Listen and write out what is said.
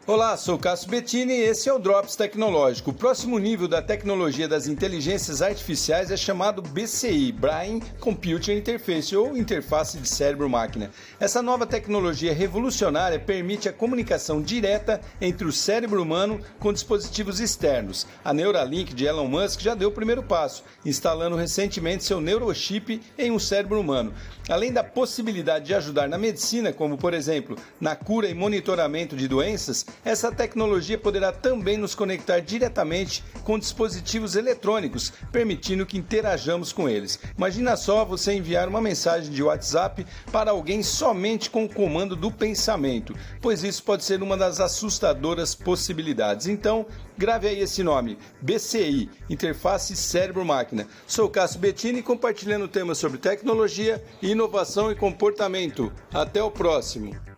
Olá, sou Cássio Bettini e esse é o Drops Tecnológico. O próximo nível da tecnologia das inteligências artificiais é chamado BCI, Brain Computer Interface, ou interface de cérebro-máquina. Essa nova tecnologia revolucionária permite a comunicação direta entre o cérebro humano com dispositivos externos. A Neuralink de Elon Musk já deu o primeiro passo, instalando recentemente seu neurochip em um cérebro humano. Além da possibilidade de ajudar na medicina, como por exemplo, na cura e monitoramento de doenças, essa tecnologia poderá também nos conectar diretamente com dispositivos eletrônicos, permitindo que interajamos com eles. Imagina só você enviar uma mensagem de WhatsApp para alguém somente com o comando do pensamento, pois isso pode ser uma das assustadoras possibilidades. Então, grave aí esse nome, BCI, Interface Cérebro-Máquina. Sou Cássio Bettini, compartilhando temas sobre tecnologia, inovação e comportamento. Até o próximo!